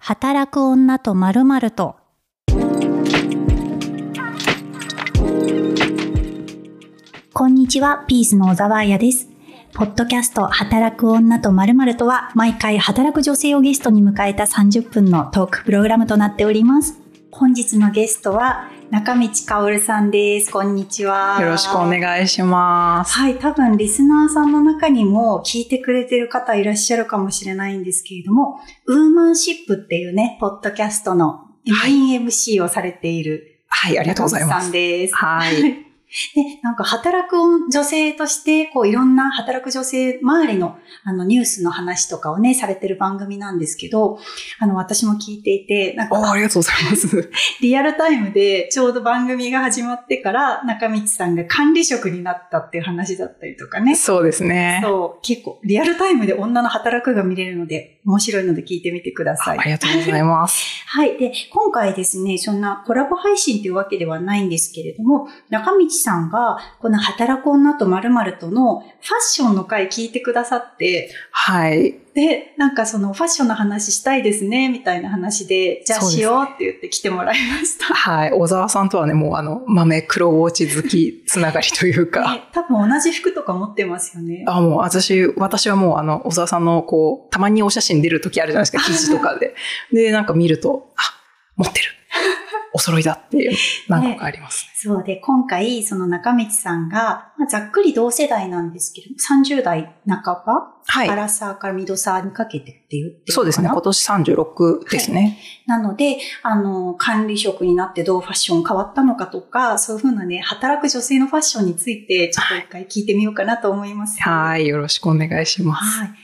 働く女と〇〇と。こんにちは、ピースの小沢彩です。ポッドキャスト働く女と〇〇とは、毎回働く女性をゲストに迎えた30分のトークプログラムとなっております。本日のゲストは中道薫さんです。こんにちは。 よろしくお願いします。 はい、多分リスナーさんの中にも聞いてくれてる方いらっしゃるかもしれないんですけれども、ウーマンシップっていうね、ポッドキャストのメイン MC をされている、 はい、ありがとうございます。 さんです。 はい。 で、なんか働く女性として、こういろんな働く女性周りのニュースの話とかをね、されてる番組なんですけど、私も聞いていて、なんか、 ありがとうございます。 リアルタイムでちょうど番組が始まってから中道さんが管理職になったっていう話だったりとかね。 そうですね。 そう、結構リアルタイムで女の働くが見れるので、面白いので聞いてみてください。 ありがとうございます。 はい。で、今回ですね、そんなコラボ配信というわけではないんですけれども、中道さんがこの働く女と〇〇とのファッションの回聞いてくださって、 はい。 で、なんかそのファッションの話したいですね、みたいな話で、じゃあしようって言って来てもらいました。 はい。小沢さんとはね、もう豆黒ウォッチ好きつながりというか。 ね、多分同じ服とか持ってますよね。 もう私はもう小沢さんのたまにお写真出る時あるじゃないですか、記事とかで。で、なんか見ると、持ってる。お揃いだっていう何個かありますね。 そうで、今回、その中道さんが、ざっくり同世代なんですけど、30代半ば、はい、アラサーからミドサーにかけてっていう。 そうですね。今年36ですね。 はい、なので、管理職になってどうファッション変わったのかとか、そういうふうなね、働く女性のファッションについて、ちょっと一回聞いてみようかなと思います。 はい、よろしくお願いします。 はい。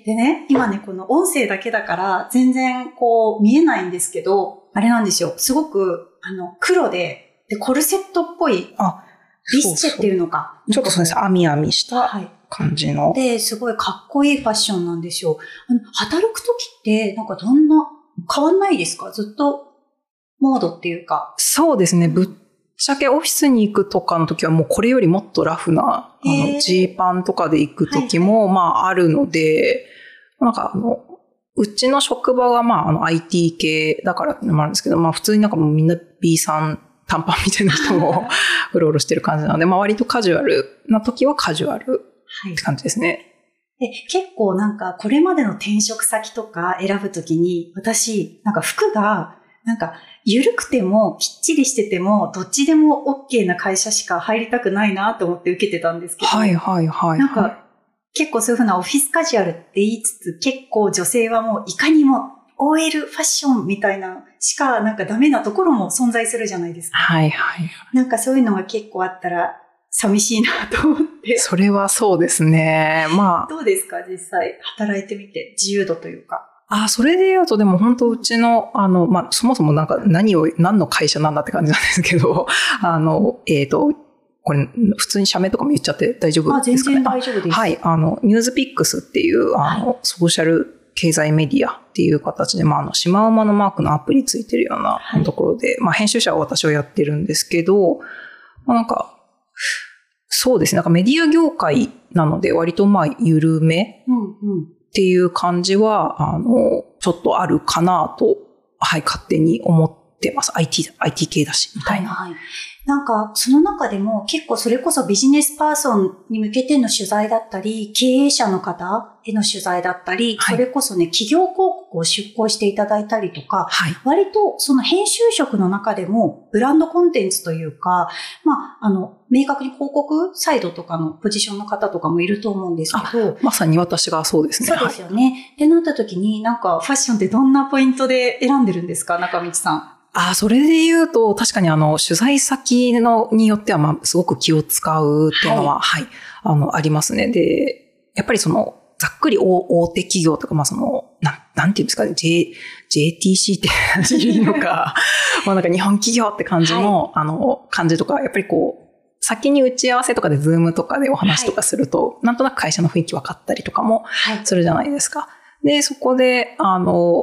でね、今ね、この音声だけだから、全然見えないんですけど、あれなんですよ。すごく、黒で、コルセットっぽい、ビスチェっていうのか。 ちょっとそうです。網網した感じの。 で、すごいかっこいいファッションなんですよ。働くときって、なんかどんな、変わんないですか？ずっと、モードっていうか。 そうですね。ぶっちゃけオフィスに行くとかの時はもうこれよりもっとラフな、ジーパンとかで行く時も、あるので、なんかうちの職場がIT 系だからってのもあるんですけど、普通になんかもうみんな B さん短パンみたいな人もうろうろしてる感じなので、割とカジュアルな時はカジュアルって感じですね。 で、結構なんかこれまでの転職先とか選ぶときに、私なんか服がなんか緩くてもきっちりしててもどっちでも OK な会社しか入りたくないなと思って受けてたんですけど、 はいはいはい。 なんか結構そういうふうなオフィスカジュアルって言いつつ、結構女性はもういかにも OL ファッションみたいなしかなんかダメなところも存在するじゃないですか。 はいはい。 なんかそういうのが結構あったら寂しいなと思って。 それはそうですね。 どうですか実際働いてみて自由度というか。 それで言うとでも本当うちのそもそもなんか何の会社なんだって感じなんですけど、これ、普通に社名とかも言っちゃって大丈夫ですかね？ 全然大丈夫です。 はい。ニュースピックスっていう、ソーシャル経済メディアっていう形で、シマウマのマークのアプリついてるようなところで、編集者は私はやってるんですけど、なんか、そうですね。なんかメディア業界なので、割と緩めっていう感じは、ちょっとあるかなと、はい、勝手に思ってます。IT 系だし、みたいな。 はいはい。なんか、その中でも結構それこそビジネスパーソンに向けての取材だったり、経営者の方への取材だったり、それこそね、企業広告を出稿していただいたりとか、割とその編集職の中でもブランドコンテンツというか、明確に広告サイドとかのポジションの方とかもいると思うんですけど。 まさに私がそうですね。 そうですよね。ってなった時になんかファッションってどんなポイントで選んでるんですか、中道さん。 それで言うと、確かに取材先によっては、すごく気を使うっていうのは、はい、ありますね。で、やっぱりざっくり大手企業とか、なんていうんですかね、JTC っていいのか、なんか日本企業って感じの、感じとか、やっぱり先に打ち合わせとかでズームとかでお話とかすると、なんとなく会社の雰囲気分かったりとかもするじゃないですか。で、そこで、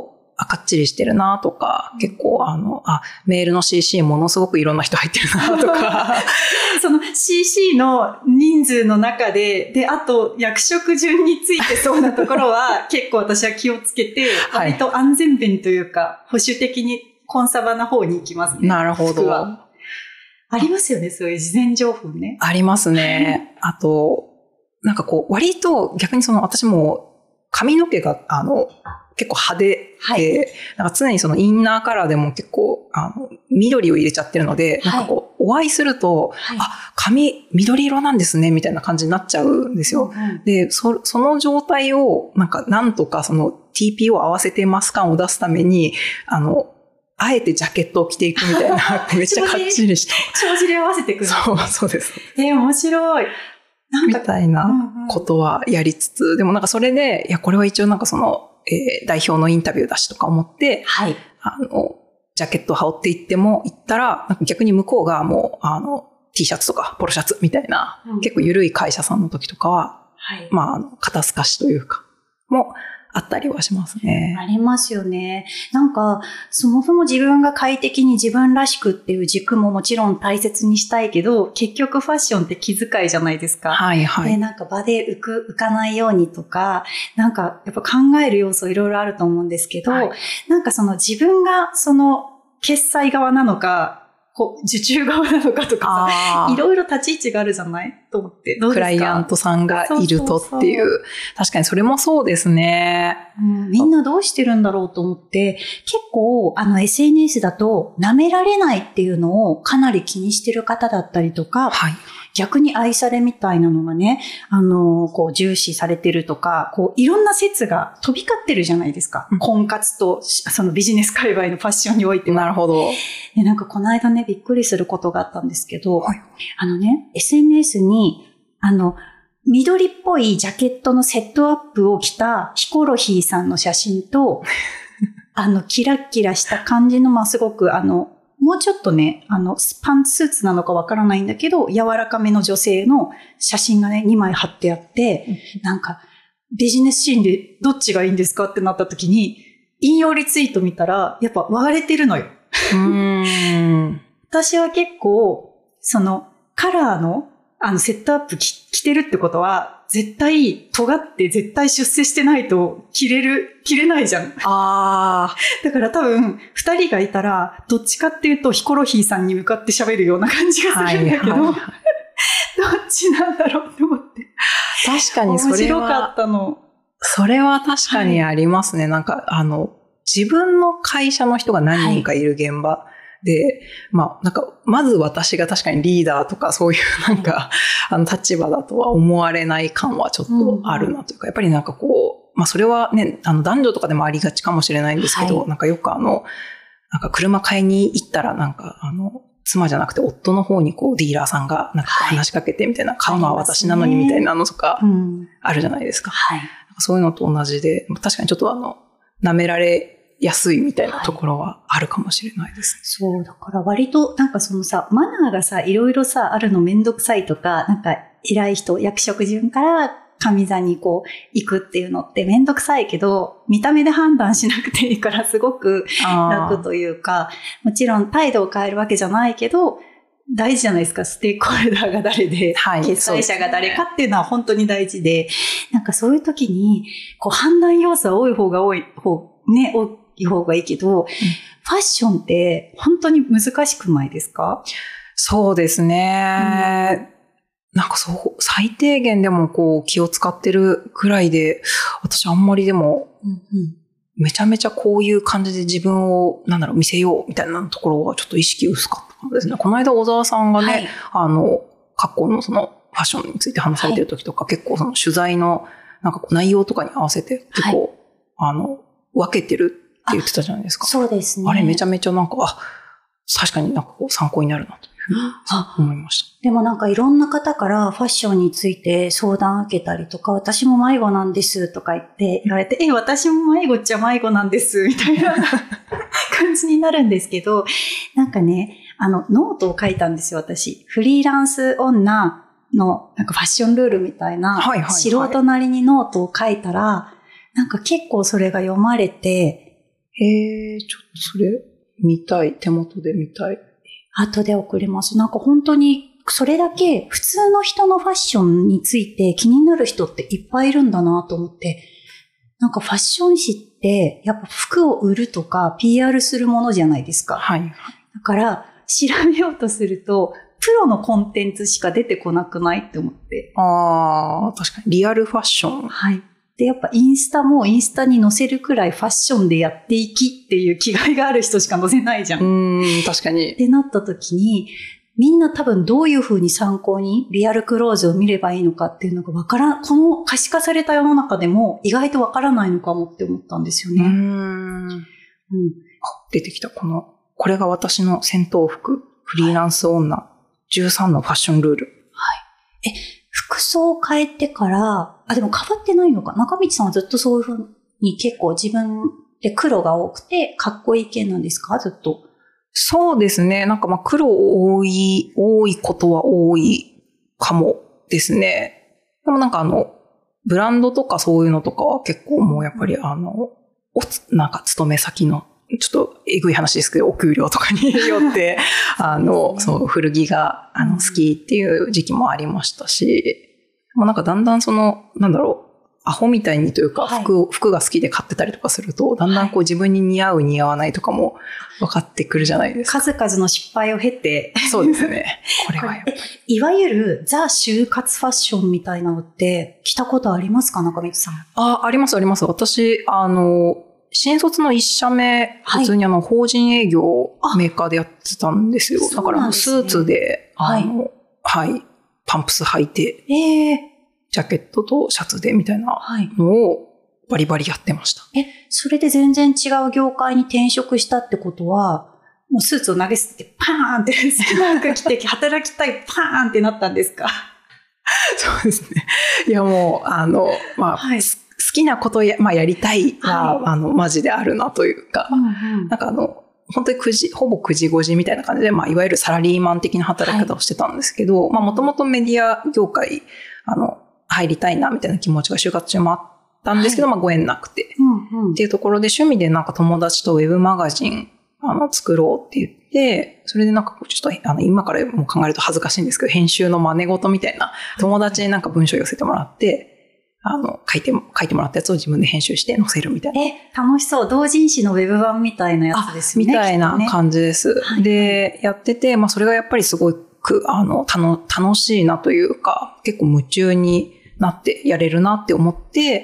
かっちりしてるなとか、結構メールの CC ものすごくいろんな人入ってるなとか。 その CC の人数の中で、あと役職順についてそうなところは結構私は気をつけて、割と安全弁というか、保守的にコンサバな方に行きますね。 なるほど。 ありますよね、そういう事前情報ね。 ありますね。あと、なんかこう、割と逆に私も髪の毛が結構派手で、はい、なんか常にインナーカラーでも結構緑を入れちゃってるので、はい、なんかこうお会いすると、はい、髪緑色なんですねみたいな感じになっちゃうんですよ。うんうん、でその状態をなんとかTP を合わせてマス感を出すためにあえてジャケットを着ていくみたいなめっちゃかっちりした帳尻合わせていく。 そうです。 面白い。 みたいなことはやりつつ、でもなんかそれで、いや、これは一応なんか代表のインタビューだしとか思って、はい。ジャケットを羽織っていったら、なんか逆に向こうがもう、T シャツとかポロシャツみたいな、結構緩い会社さんの時とかは、はい。肩透かしというか、もあったりはしますね。 ありますよね。なんか、そもそも自分が快適に自分らしくっていう軸ももちろん大切にしたいけど、結局ファッションって気遣いじゃないですか。はいはい。で、なんか場で浮かないようにとか、なんかやっぱ考える要素いろいろあると思うんですけど、はい、なんか自分が決済側なのか、受注側なのかとかさ、いろいろ立ち位置があるじゃないと思って。どうですか？ クライアントさんがいるとっていう。そう確かにそれもそうですね、 みんなどうしてるんだろうと思って、結構SNS だと舐められないっていうのをかなり気にしてる方だったりとか、はい、逆に愛されみたいなのがね、重視されてるとか、いろんな説が飛び交ってるじゃないですか。婚活と、ビジネス界隈のファッションにおいては。 なるほど。 で、なんかこの間ね、びっくりすることがあったんですけど、はい、SNS に、緑っぽいジャケットのセットアップを着たヒコロヒーさんの写真と、キラッキラした感じの、すごくもうちょっとね、パンツスーツなのかわからないんだけど、柔らかめの女性の写真がね、2枚貼ってあって、なんか、ビジネスシーンでどっちがいいんですかってなった時に、引用リツイート見たら、やっぱ割れてるのよ。私は結構、カラーの、セットアップ着てるってことは、絶対尖って絶対出世してないと着れないじゃん。だから多分、二人がいたら、どっちかっていうとヒコロヒーさんに向かって喋るような感じがするんだけど、どっちなんだろうって思って。 確かにそれは。面白かったの。 それは確かにありますね。はい、なんか、自分の会社の人が何人かいる現場。で、なんか、まず私が確かにリーダーとかそういうなんか、立場だとは思われない感はちょっとあるなというか、やっぱりなんかそれはね、男女とかでもありがちかもしれないんですけど、はい、なんかよくなんか車買いに行ったらなんか妻じゃなくて夫の方にディーラーさんがなんか話しかけてみたいな、買うのは私なのにみたいなのとか、あるじゃないですか。はい、そういうのと同じで、確かにちょっと舐められ安いみたいなところはあるかもしれないですね。 はい、そう、だから割となんかマナーがさ、いろいろさ、あるのめんどくさいとか、なんか偉い人、役職順から上座に行くっていうのってめんどくさいけど、見た目で判断しなくていいからすごく楽というか、もちろん態度を変えるわけじゃないけど、大事じゃないですか。ステークホルダーが誰で、はい、決済者が誰かっていうのは本当に大事で、なんかそういう時に、判断要素は多い方が多い方がいいけど、ファッションって本当に難しくないですか？ そうですね。なんか最低限でも気を使ってるくらいで、私あんまりでも、めちゃめちゃこういう感じで自分を、見せようみたいなところはちょっと意識薄かったんですね。この間小沢さんがね、はい、過去のファッションについて話されてる時とか、はい、結構取材のなんか内容とかに合わせて結構、はい、分けてるって言ってたじゃないですか。 そうですね。 あれめちゃめちゃなんか、確かになんか参考になるなというふうに思いました。 でもなんかいろんな方からファッションについて相談を受けたりとか、私も迷子なんですとか言われて、私も迷子っちゃ迷子なんですみたいな感じになるんですけど、なんかね、ノートを書いたんですよ、私。フリーランス女のなんかファッションルールみたいな、素人なりにノートを書いたら、なんか結構それが読まれて、 ちょっとそれ見たい。手元で見たい。 後で送ります。なんか本当に、それだけ普通の人のファッションについて気になる人っていっぱいいるんだなと思って、なんかファッション誌ってやっぱ服を売るとか PR するものじゃないですか。 はい。 だから調べようとすると、プロのコンテンツしか出てこなくないって思って。 ああ、確かに。リアルファッション。 はい。で、やっぱインスタもインスタに載せるくらいファッションでやっていきっていう気概がある人しか載せないじゃん。 確かに。 ってなった時に、みんな多分どういう風に参考にリアルクローズを見ればいいのかっていうのがこの可視化された世の中でも意外とわからないのかもって思ったんですよね。 出てきた。これが私の戦闘服、フリーランス女、13のファッションルール。 はい。服装を変えてから、でも変わってないのか。中道さんはずっとそういう風に結構自分で黒が多くてかっこいい系なんですか？ずっと。 そうですね。なんか黒多いことは多いかもですね。でもなんかブランドとかそういうのとかは結構もうやっぱりなんか勤め先の、ちょっとえぐい話ですけど、お給料とかによって、そう、古着が好きっていう時期もありましたし、もうなんかだんだんなんだろう、アホみたいにというか、服が好きで買ってたりとかすると、だんだん自分に似合う似合わないとかも分かってくるじゃないですか。 数々の失敗を経て。 そうですね。これはやっぱり。 いわゆるザ・就活ファッションみたいなのって着たことありますか？中道さん。 あります。私、新卒の1社目、普通に法人営業メーカーでやってたんですよ。だからスーツで、パンプス履いて、ジャケットとシャツでみたいなのをバリバリやってました。 それで全然違う業界に転職したってことは、もうスーツを投げ捨ててパーンって好きな服着て働きたいパーンってなったんですか？ そうですね。いやもう、好きなことやりたいは、マジであるなというか、なんか本当にほぼ9時5時みたいな感じで、いわゆるサラリーマン的な働き方をしてたんですけど、もともとメディア業界、入りたいなみたいな気持ちが就活中もあったんですけど、ご縁なくて、っていうところで趣味でなんか友達とウェブマガジン作ろうって言って、それでなんかちょっと今からも考えると恥ずかしいんですけど、編集の真似事みたいな友達になんか文章を寄せてもらって、書いてもらったやつを自分で編集して載せるみたいな。 楽しそう。同人誌のウェブ版みたいなやつですよね。 みたいな感じです。で、やってて、それがやっぱりすごく、楽しいなというか、結構夢中になってやれるなって思って、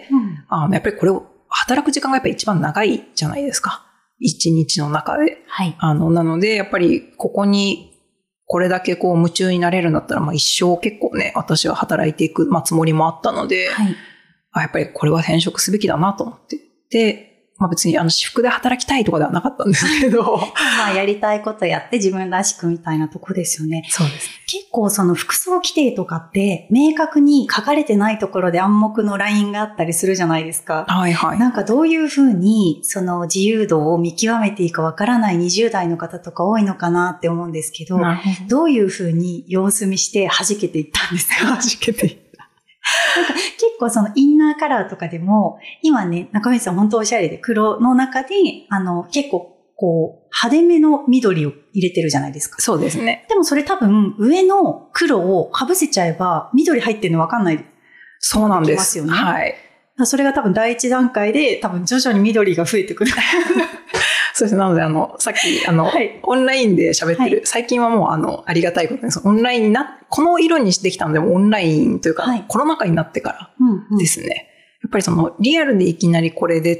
やっぱりこれを働く時間がやっぱり一番長いじゃないですか。一日の中で。なので、やっぱりここにこれだけ夢中になれるんだったら、一生結構ね、私は働いていく、つもりもあったので、やっぱりこれは転職すべきだなと思って。で、別に私服で働きたいとかではなかったんですけど。 やりたいことやって自分らしくみたいなとこですよね。 そうです。 結構服装規定とかって明確に書かれてないところで暗黙のラインがあったりするじゃないですか。なんかどういうふうに自由度を見極めていいかわからない20代の方とか多いのかなって思うんですけど、どういうふうに様子見して弾けていったんですか？ 弾けていった。 なんか結構インナーカラーとかでも、今ね、中道さん本当おしゃれで黒の中で、結構派手めの緑を入れてるじゃないですか。 そうですね。 でもそれ多分上の黒を被せちゃえば緑入ってるの分かんない。 そうなんです。 よね。それが多分第一段階で多分徐々に緑が増えてくる。 そうですね。なので、さっき、オンラインで喋ってる、最近はもう、ありがたいことです。オンラインこの色にできたのでもオンラインというか、コロナ禍になってからですね。やっぱりリアルでいきなりこれでって、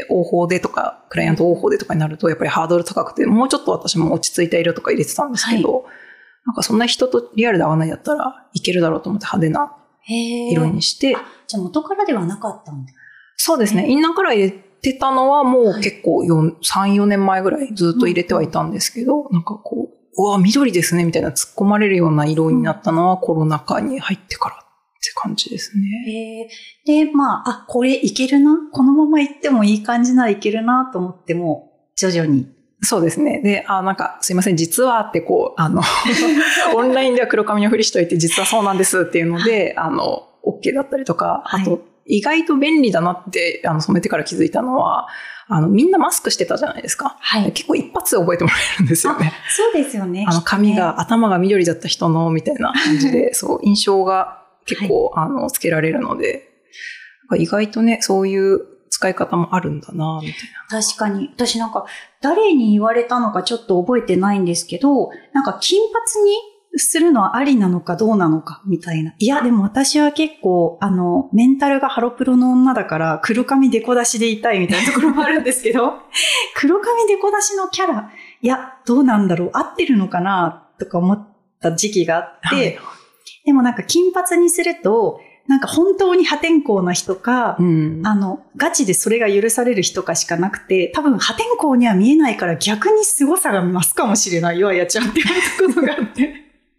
応報でとか、クライアント応報でとかになると、やっぱりハードル高くて、もうちょっと私も落ち着いた色とか入れてたんですけど、なんかそんな人とリアルで合わないだったらいけるだろうと思って派手な色にして。 じゃあ元からではなかったんだ。 そうですね。インナーカラー入れてたのはもう結構3、4年前ぐらいずっと入れてはいたんですけど、なんかうわ、緑ですねみたいな突っ込まれるような色になったのはコロナ禍に入ってからって感じですね。 で、これいけるな、このまま行ってもいい感じならいけるなと思っても、徐々に。 そうですね。で、なんかすいません、実はってオンラインでは黒髪のふりしといて実はそうなんですっていうので、OK だったりとか、あと、 意外と便利だなって、染めてから気づいたのは、みんなマスクしてたじゃないですか。 はい。 結構一発で覚えてもらえるんですよね。 そうですよね。 髪が、頭が緑だった人の、みたいな感じで、そう、印象が結構、つけられるので、意外とね、そういう使い方もあるんだな、みたいな。確かに。私なんか、誰に言われたのかちょっと覚えてないんですけど、なんか金髪にするのはありなのかどうなのかみたいな。いや、でも私は結構、メンタルがハロプロの女だから黒髪デコ出しでいたいみたいなところもあるんですけど、黒髪デコ出しのキャラ、いや、どうなんだろう、合ってるのかなとか思った時期があって、はい、でもなんか金髪にすると、なんか本当に破天荒な人か、ガチでそれが許される人かしかなくて、多分破天荒には見えないから逆に凄さが増すかもしれないよ、あやちゃんって言われたことがあって。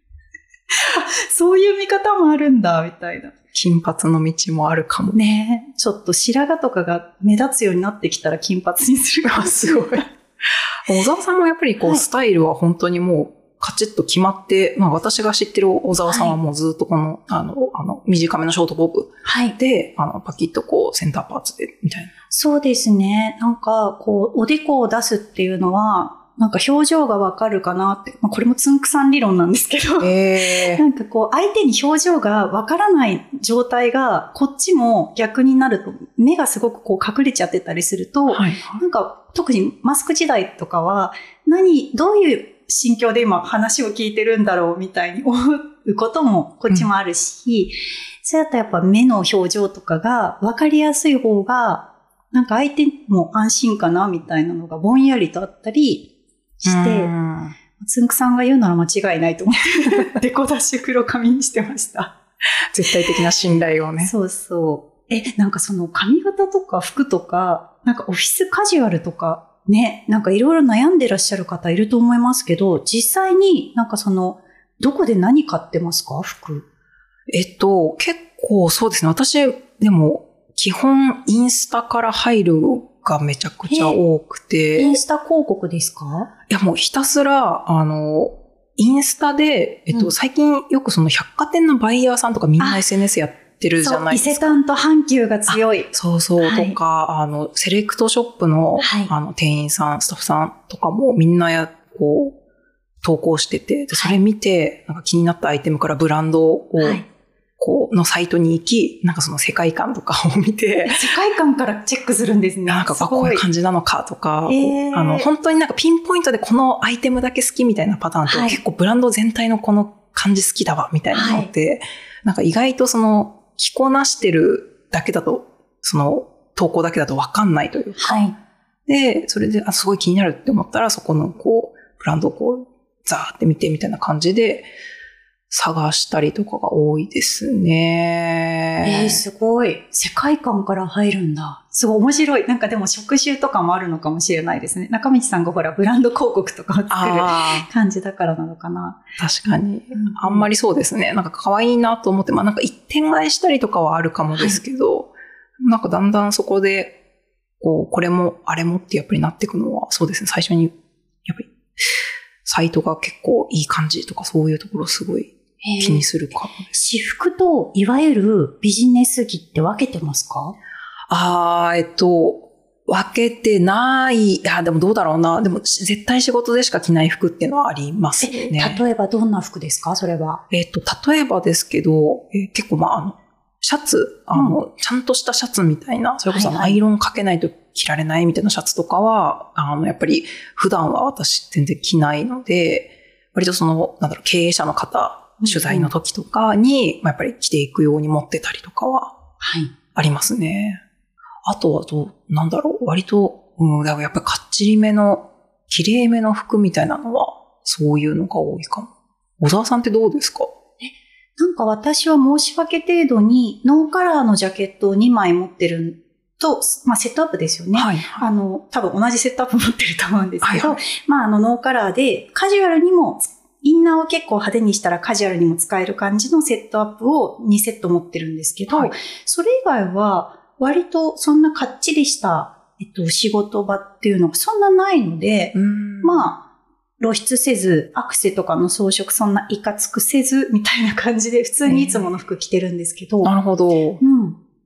そういう見方もあるんだ、みたいな。 金髪の道もあるかも。 ね。ちょっと白髪とかが目立つようになってきたら金髪にするかも。 すごい。小沢さんもやっぱりこう、スタイルは本当にもうカチッと決まって、まあ私が知ってる小沢さんはもうずっとこの、短めのショートボブで、パキッとこう、センターパーツで、みたいな。 そうですね。なんか、こう、おでこを出すっていうのは、なんか表情がわかるかなって。まあ、これもつんくさん理論なんですけど。なんかこう、相手に表情がわからない状態が、こっちも逆になると、目がすごくこう隠れちゃってたりすると、なんか特にマスク時代とかは、どういう心境で今話を聞いてるんだろうみたいに思うこともこっちもあるし、それだとやっぱ目の表情とかがわかりやすい方が、なんか相手も安心かなみたいなのがぼんやりとあったり、して、つんくさんが言うなら間違いないと思って、デコ出し黒髪にしてました。 絶対的な信頼をね。 そうそう。なんかその髪型とか服とか、なんかオフィスカジュアルとか、ね、なんかいろいろ悩んでらっしゃる方いると思いますけど、実際になんかどこで何買ってますか、服？ 結構そうですね。私、でも、基本インスタから入るがめちゃくちゃ多くて。 インスタ広告ですか？ いやもうひたすら、インスタで、最近よくその百貨店のバイヤーさんとかみんな SNS やってるじゃないですか。 伊勢丹と阪急が強い。 そうそう、とか、セレクトショップの、店員さん、スタッフさんとかもみんなこう、投稿してて、でそれ見て、なんか気になったアイテムからブランドを、のサイトに行き、なんかその世界観とかを見て。 世界観からチェックするんですね。 なんかこういう感じなのかとか、本当になんかピンポイントでこのアイテムだけ好きみたいなパターンと、結構ブランド全体のこの感じ好きだわみたいなのって、なんか意外と着こなしてるだけだと、投稿だけだと分かんないというか。で、それで、すごい気になるって思ったら、そこのこう、ブランドをこう、ザーって見てみたいな感じで、探したりとかが多いですね。 すごい。世界観から入るんだ。すごい面白い。なんかでも職種とかもあるのかもしれないですね。中道さんがほら、ブランド広告とかを作る感じだからなのかな。 確かに。あんまりそうですね。なんか可愛いなと思って、まあなんか一点買いしたりとかはあるかもですけど、なんかだんだんそこで、これもあれもってやっぱりなっていくのは、そうですね。最初に、やっぱり、サイトが結構いい感じとかそういうところすごい、気にするかもです。 私服といわゆるビジネス着って分けてますか？ 分けてない。いや、でもどうだろうな。でも絶対仕事でしか着ない服っていうのはありますね。 例えばどんな服ですか？それは。 例えばですけど、結構シャツ、ちゃんとしたシャツみたいな、それこそアイロンかけないと着られないみたいなシャツとかは、やっぱり普段は私全然着ないので、割と経営者の方、取材の時とかに、やっぱり着ていくように持ってたりとかは、ありますね。あとは割と、だからやっぱりかっちりめの、綺麗めの服みたいなのは、そういうのが多いかも。小沢さんってどうですか？ なんか私は申し訳程度に、ノーカラーのジャケットを2枚持ってると、まあセットアップですよね。多分同じセットアップ持ってると思うんですけど、ノーカラーでカジュアルにも、インナーを結構派手にしたらカジュアルにも使える感じのセットアップを2セット持ってるんですけど、それ以外は割とそんなかっちりした、仕事場っていうのがそんなないので、露出せず、アクセとかの装飾そんないかつくせずみたいな感じで普通にいつもの服着てるんですけど。 なるほど。そっ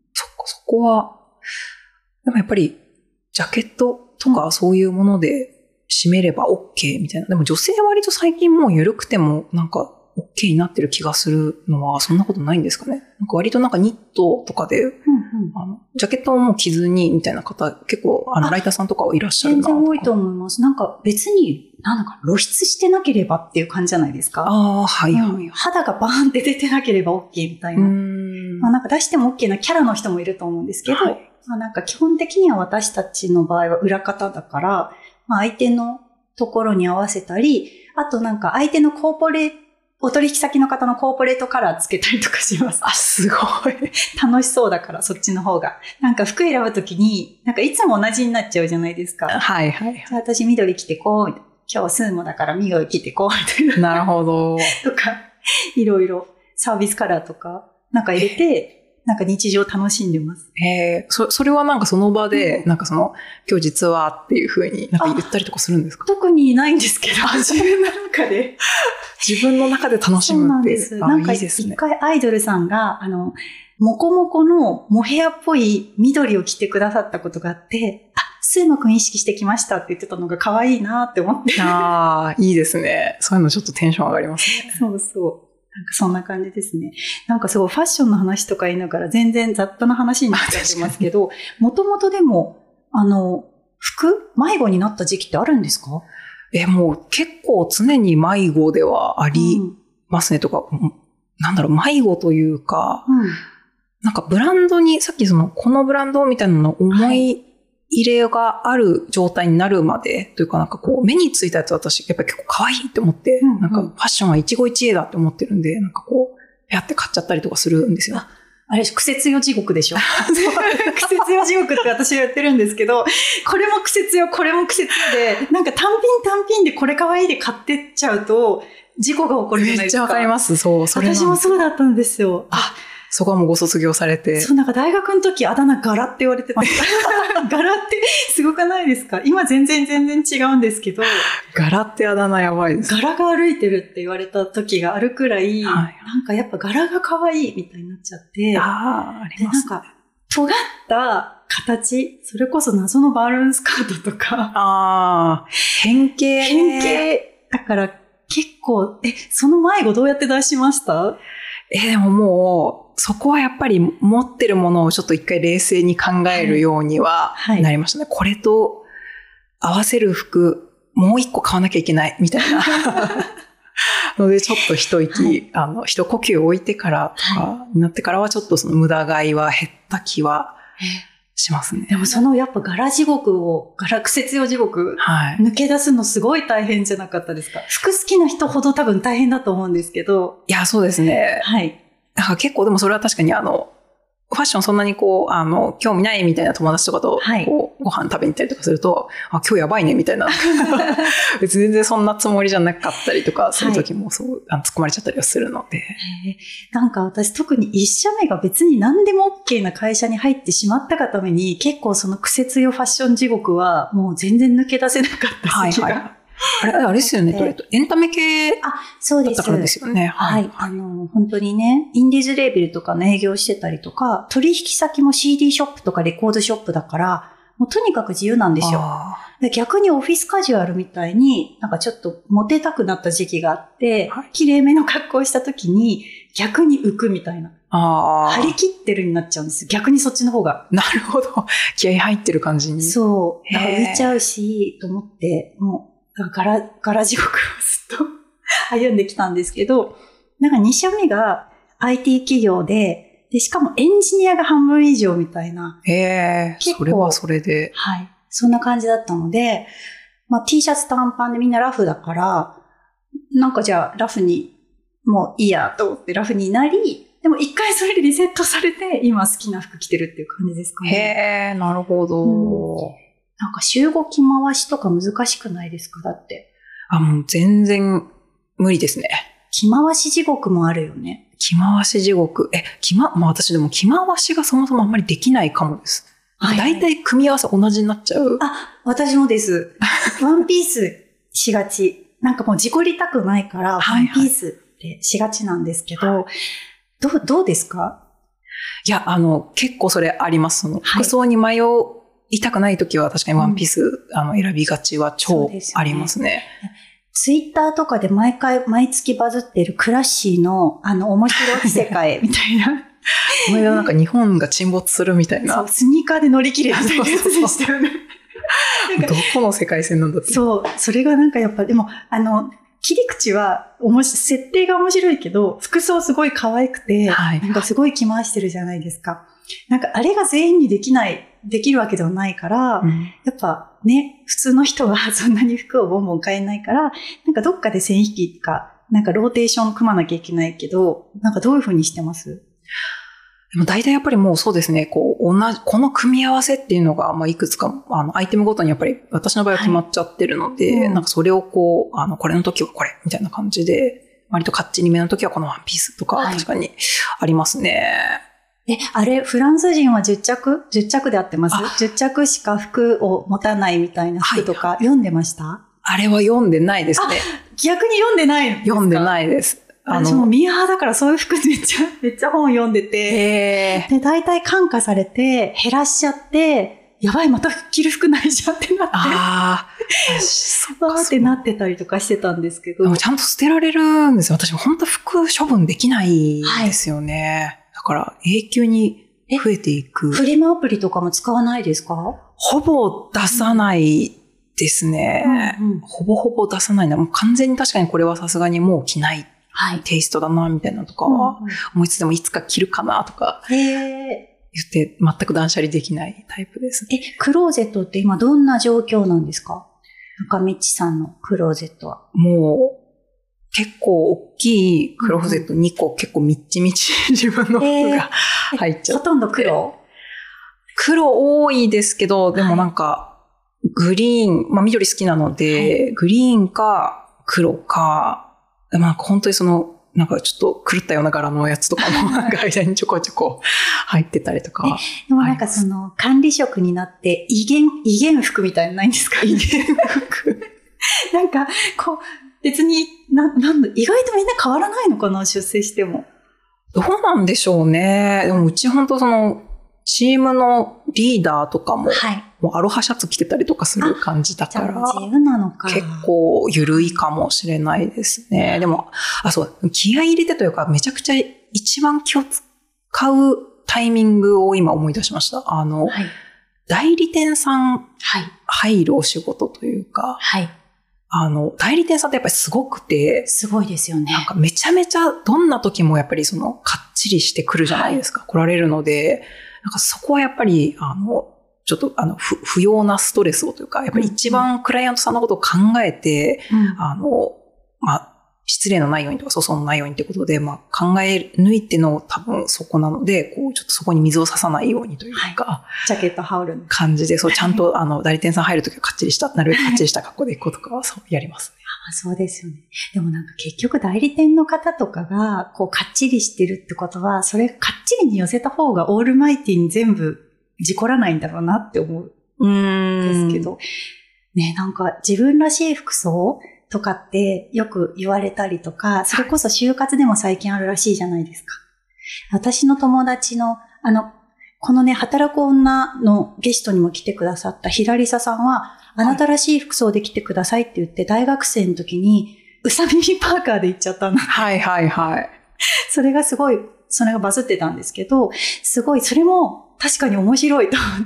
そこは、でもやっぱり、ジャケットとかそういうもので締めれば OK みたいな。でも女性は割と最近もう緩くてもなんか OK になってる気がするのはそんなことないんですかね。なんか割となんかニットとかで、ジャケットをもう着ずにみたいな方結構ライターさんとかいらっしゃるなとか。 全然多いと思います。なんか別になんか露出してなければっていう感じじゃないですか。 はいはい。 肌がバーンって出てなければ OK みたいな。なんか出しても OK なキャラの人もいると思うんですけど、なんか基本的には私たちの場合は裏方だから、相手のところに合わせたり、あとなんか相手のお取引先の方のコーポレートカラーつけたりとかします。 すごい。 楽しそうだから、そっちの方が。なんか服選ぶときに、なんかいつも同じになっちゃうじゃないですか。 はいはい。 じゃあ私緑着てこう、みたいな。今日スーモだから緑着てこう、みたいな。 なるほど。 とか、いろいろサービスカラーとか、なんか入れて、なんか日常楽しんでます。 それはなんかその場で、なんか今日実はっていう風になんか言ったりとかするんですか？ 特にないんですけど、自分の中で。 自分の中で楽しむっていう。そうなんです。 なんか一回アイドルさんが、モコモコのモヘアっぽい緑を着てくださったことがあって、スーモくん意識してきましたって言ってたのが可愛いなって思って。 いいですね。そういうのちょっとテンション上がりますね。 そうそう。なんかそんな感じですね。なんかすごいファッションの話とか言いながら全然雑多な話になっちゃってますけど、もともとでも、迷子になった時期ってあるんですか？ もう結構常に迷子ではありますね、とか、迷子というか、なんかブランドに、さっきこのブランドみたいなの思い入れがある状態になるまで、というかなんかこう目についたやつ私やっぱり結構可愛いって思って、なんかファッションは一期一会だって思ってるんで、なんかこう、やって買っちゃったりとかするんですよ。 あれ、癖強地獄でしょ癖強地獄って私はやってるんですけど、これも癖強、これも癖強で、なんか単品でこれ可愛いで買ってっちゃうと、事故が起こるじゃないですか。 めっちゃわかります。そう、 私もそうだったんですよ。 そこはもうご卒業されて。 そう、なんか大学の時あだ名柄って言われてました。柄ってすごくないですか？今全然違うんですけど。 柄ってあだ名やばいです。 柄が歩いてるって言われた時があるくらい、なんかやっぱ柄が可愛いみたいになっちゃって。 あります。 なんか、尖った形、それこそ謎のバルーンスカートとか。 変形。 だから結構、その迷子どうやって出しました？ でももう、そこはやっぱり持ってるものをちょっと一回冷静に考えるようにはなりましたね。これと合わせる服、もう一個買わなきゃいけないみたいなので、ちょっと一息、一呼吸置いてからとかになってからはちょっと無駄買いは減った気はしますね。 でもやっぱ柄癖強地獄、抜け出すのすごい大変じゃなかったですか？服好きな人ほど多分大変だと思うんですけど。 いや、そうですね。だから結構でもそれは確かにファッションそんなにこう、興味ないみたいな友達とかと、こう、ご飯食べに行ったりとかすると、今日やばいねみたいな。別に全然そんなつもりじゃなかったりとかするときもそう、突っ込まれちゃったりはするので。 なんか私特に一社目が別に何でも OK な会社に入ってしまったがために、結構その癖強ファッション地獄はもう全然抜け出せなかった時期が。 あれですよね、エンタメ系だったからですよね。 本当にね、インディーズレーベルとかの営業してたりとか、取引先も CD ショップとかレコードショップだから、もうとにかく自由なんですよ。逆にオフィスカジュアルみたいに、なんかちょっとモテたくなった時期があって、綺麗めの格好をした時に逆に浮くみたいな。張り切ってるになっちゃうんです。逆にそっちの方が。 なるほど。気合入ってる感じに。 そう。浮いちゃうし、と思って、もう、柄地獄をずっと歩んできたんですけど、なんか2社目が IT 企業で、しかもエンジニアが半分以上みたいな。 それはそれで。 そんな感じだったので、T シャツ短パンでみんなラフだから、なんかじゃあラフにもういいやと思ってラフになり、でも一回それでリセットされて、今好きな服着てるっていう感じですかね。 なるほど。 なんか週5着回しとか難しくないですか？だって。 もう全然無理ですね。 着回し地獄もあるよね。 着回し地獄。私でも着回しがそもそもあんまりできないかもです。だいたい組み合わせ同じになっちゃう。 私もです。ワンピースしがち。なんかもう事故りたくないから、ワンピースってしがちなんですけど、どうですか？ いや、結構それあります。その服装に迷いたくないときは確かにワンピース、選びがちは超ありますね。 ツイッターとかで毎月バズってるクラッシーの、面白い世界みたいな。 これはなんか日本が沈没するみたいな。 そう、スニーカーで乗り切れみたいなやつでしたよね。 どこの世界線なんだって。 そう、それがなんかやっぱ、でも、切り口は設定が面白いけど、服装すごい可愛くて、はい、なんかすごい着回してるじゃないですか。なんかあれが全員にできるわけではないから、やっぱね、普通の人はそんなに服をボンボン買えないから、なんかどっかで線引きか、なんかローテーション組まなきゃいけないけど、なんかどういう風にしてます？ でも大体やっぱりもうそうですね、この組み合わせっていうのが、いくつか、アイテムごとにやっぱり私の場合は決まっちゃってるので、なんかそれをこれの時はこれ、みたいな感じで、割とかっちりめの時はこのワンピースとか、確かにありますね。 あれ、フランス人は10着で合ってます？ 10 着しか服を持たないみたいな服とか読んでました？ あれは読んでないですね。 逆に読んでないんですか？読んでないです。 私もミーハーだからそういう服めっちゃ本読んでて、で、大体感化されて、減らしちゃって、やばい、また着る服ないじゃんってなって。そうってなってたりとかしてたんですけど。 でもちゃんと捨てられるんですよ。私本当服処分できないですよね。だから永久に増えていく。 フリマアプリとかも使わないですか？ ほぼ出さないですね。ほぼほぼ出さないな。もう完全に確かにこれはさすがにもう着ない。テイストだな、みたいなとかは、思いつつもいつか着るかなとか、言って全く断捨離できないタイプですね。 クローゼットって今どんな状況なんですか？中道さんのクローゼットは。 もう、結構大きいクローゼット2個、結構みっちみち自分の服が入っちゃって。 ほとんど黒多いですけど、でもなんか、グリーン、緑好きなので、グリーンか黒か、なんか本当になんかちょっと狂ったような柄のやつとかも、なんか間にちょこちょこ入ってたりとか。 でもなんか管理職になって威厳服みたいなのないんですか？ 威厳服なんか、別に、意外とみんな変わらないのかな、出世しても。 どうなんでしょうね。でもうち本当チームのリーダーとかも、もうアロハシャツ着てたりとかする感じだから、 自由なのか。 結構緩いかもしれないですね。でも、気合い入れてというか、めちゃくちゃ一番気を使うタイミングを今思い出しました。代理店さん入るお仕事というか、代理店さんってやっぱりすごくて、 すごいですよね。 なんかめちゃめちゃどんな時もやっぱりかっちりしてくるじゃないですか。来られるので、なんかそこはやっぱり、ちょっと不要なストレスをというか、やっぱり一番クライアントさんのことを考えて、失礼のないようにとか、粗相のないようにってことで、考え抜いての多分そこなので、ちょっとそこに水を差さないようにというか、 ジャケット羽織る感じで、ちゃんと代理店さん入るときはなるべくかっちりした格好で行くことかはやりますね。 そうですよね。でもなんか結局代理店の方とかがかっちりしてるってことは、それかっちりに寄せた方がオールマイティに全部事故らないんだろうなって思うんですけど。ね、なんか自分らしい服装とかってよく言われたりとか、それこそ就活でも最近あるらしいじゃないですか。私の友達の、このね、働く女のゲストにも来てくださったひらりささんは、あなたらしい服装で来てくださいって言って、大学生の時に、うさ耳パーカーで行っちゃったんだ。それがバズってたんですけど、すごい、それも確かに面白いと思って。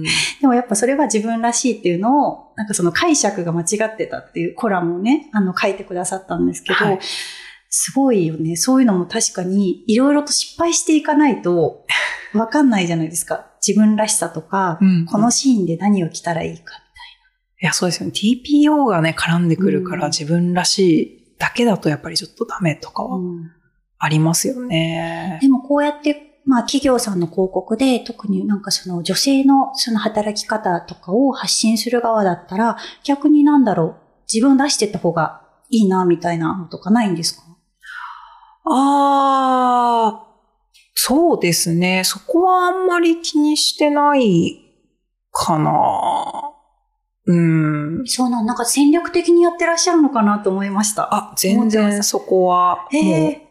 でもやっぱそれは自分らしいっていうのを、なんか解釈が間違ってたっていうコラムをね、書いてくださったんですけど、すごいよね。そういうのも確かに、いろいろと失敗していかないと、わかんないじゃないですか。自分らしさとか、このシーンで何を着たらいいか。 いや、そうですよね。TPO がね、絡んでくるから、自分らしいだけだとやっぱりちょっとダメとかはありますよね。 でもこうやって、企業さんの広告で、特になんか女性の働き方とかを発信する側だったら、逆に自分出してった方がいいな、みたいなのとかないんですか？ そうですね。そこはあんまり気にしてないかな。 なんか戦略的にやってらっしゃるのかなと思いました。 全然そこは、もう、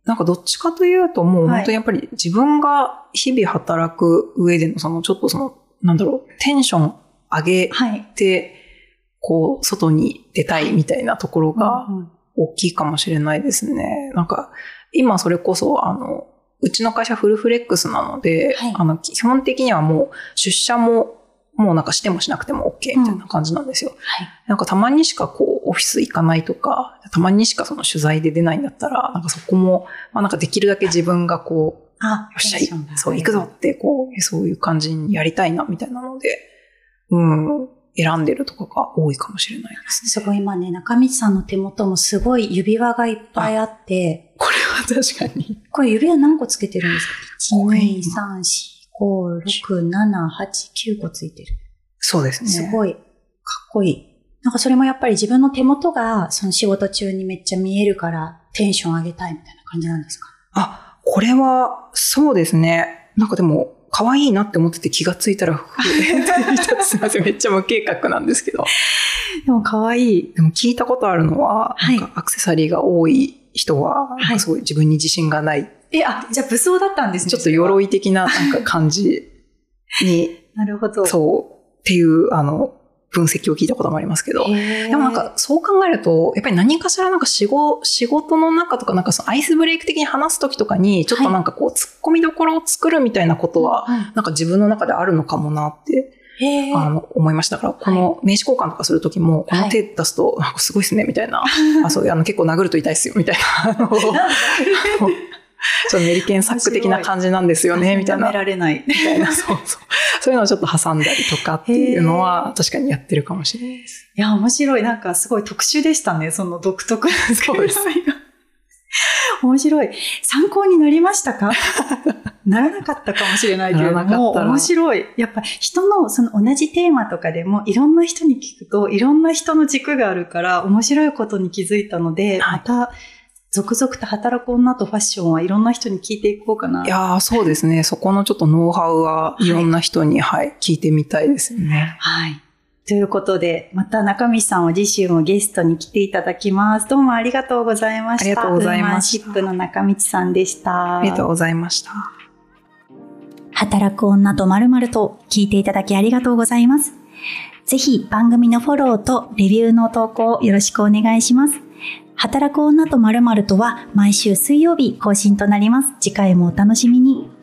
なんかどっちかというともう本当にやっぱり自分が日々働く上でのちょっとテンション上げて、こう、外に出たいみたいなところが大きいかもしれないですね。なんか、今それこそうちの会社フルフレックスなので、基本的にはもう出社ももうなんかしてもしなくても OK みたいな感じなんですよ。なんかたまにしかこうオフィス行かないとか、たまにしかその取材で出ないんだったら、なんかそこも、なんかできるだけ自分がこう、よっしゃ、そう行くぞってこう、そういう感じにやりたいなみたいなので、選んでるとかが多いかもしれないですね。 すごい今ね、中道さんの手元もすごい指輪がいっぱいあって、 これは確かに。 これ指輪何個つけてるんですか？ 1、2、3、4、5、6、7、8、9個ついてる。 そうですね。 すごい、かっこいい。なんかそれもやっぱり自分の手元がその仕事中にめっちゃ見えるからテンション上げたいみたいな感じなんですか？ これは、そうですね。なんかでも、可愛いなって思ってて気がついたら、すいません、めっちゃ無計画なんですけど。 でも可愛い。 でも聞いたことあるのは、なんかアクセサリーが多い人は、なんかすごい自分に自信がない。 じゃあ武装だったんですね。 ちょっと鎧的ななんか感じに。 なるほど。 そう。っていう、分析を聞いたこともありますけど。でもなんかそう考えると、やっぱり何かしらなんか仕事の中とかなんかそのアイスブレイク的に話すときとかに、ちょっとなんかこう突っ込みどころを作るみたいなことは、なんか自分の中であるのかもなって、思いました。だからこの名刺交換とかするときも、この手出すと、なんかすごいですね、みたいな。そういう結構殴ると痛いですよ、みたいな。ちょっとメリケンサック的な感じなんですよね、みたいな。 められない。 みたいな、そういうのをちょっと挟んだりとかっていうのは確かにやってるかもしれないです。 いや、面白い。なんかすごい特殊でしたね、その独特なそうです。面白い。参考になりましたか？ならなかったかもしれないけれども、面白い。やっぱ人のその同じテーマとかでもいろんな人に聞くといろんな人の軸があるから面白いことに気づいたので、また続々と働く女とファッションはいろんな人に聞いていこうかな。 いやー、そうですね。そこのちょっとノウハウはいろんな人に、聞いてみたいですね。 はい。ということで、また中道さんは次週もゲストに来ていただきます。どうもありがとうございました。 ありがとうございました。 ウーマンシップの中道さんでした。 ありがとうございました。 働く女と〇〇と聞いていただきありがとうございます。ぜひ番組のフォローとレビューの投稿よろしくお願いします。働く女と〇〇とは毎週水曜日更新となります。次回もお楽しみに。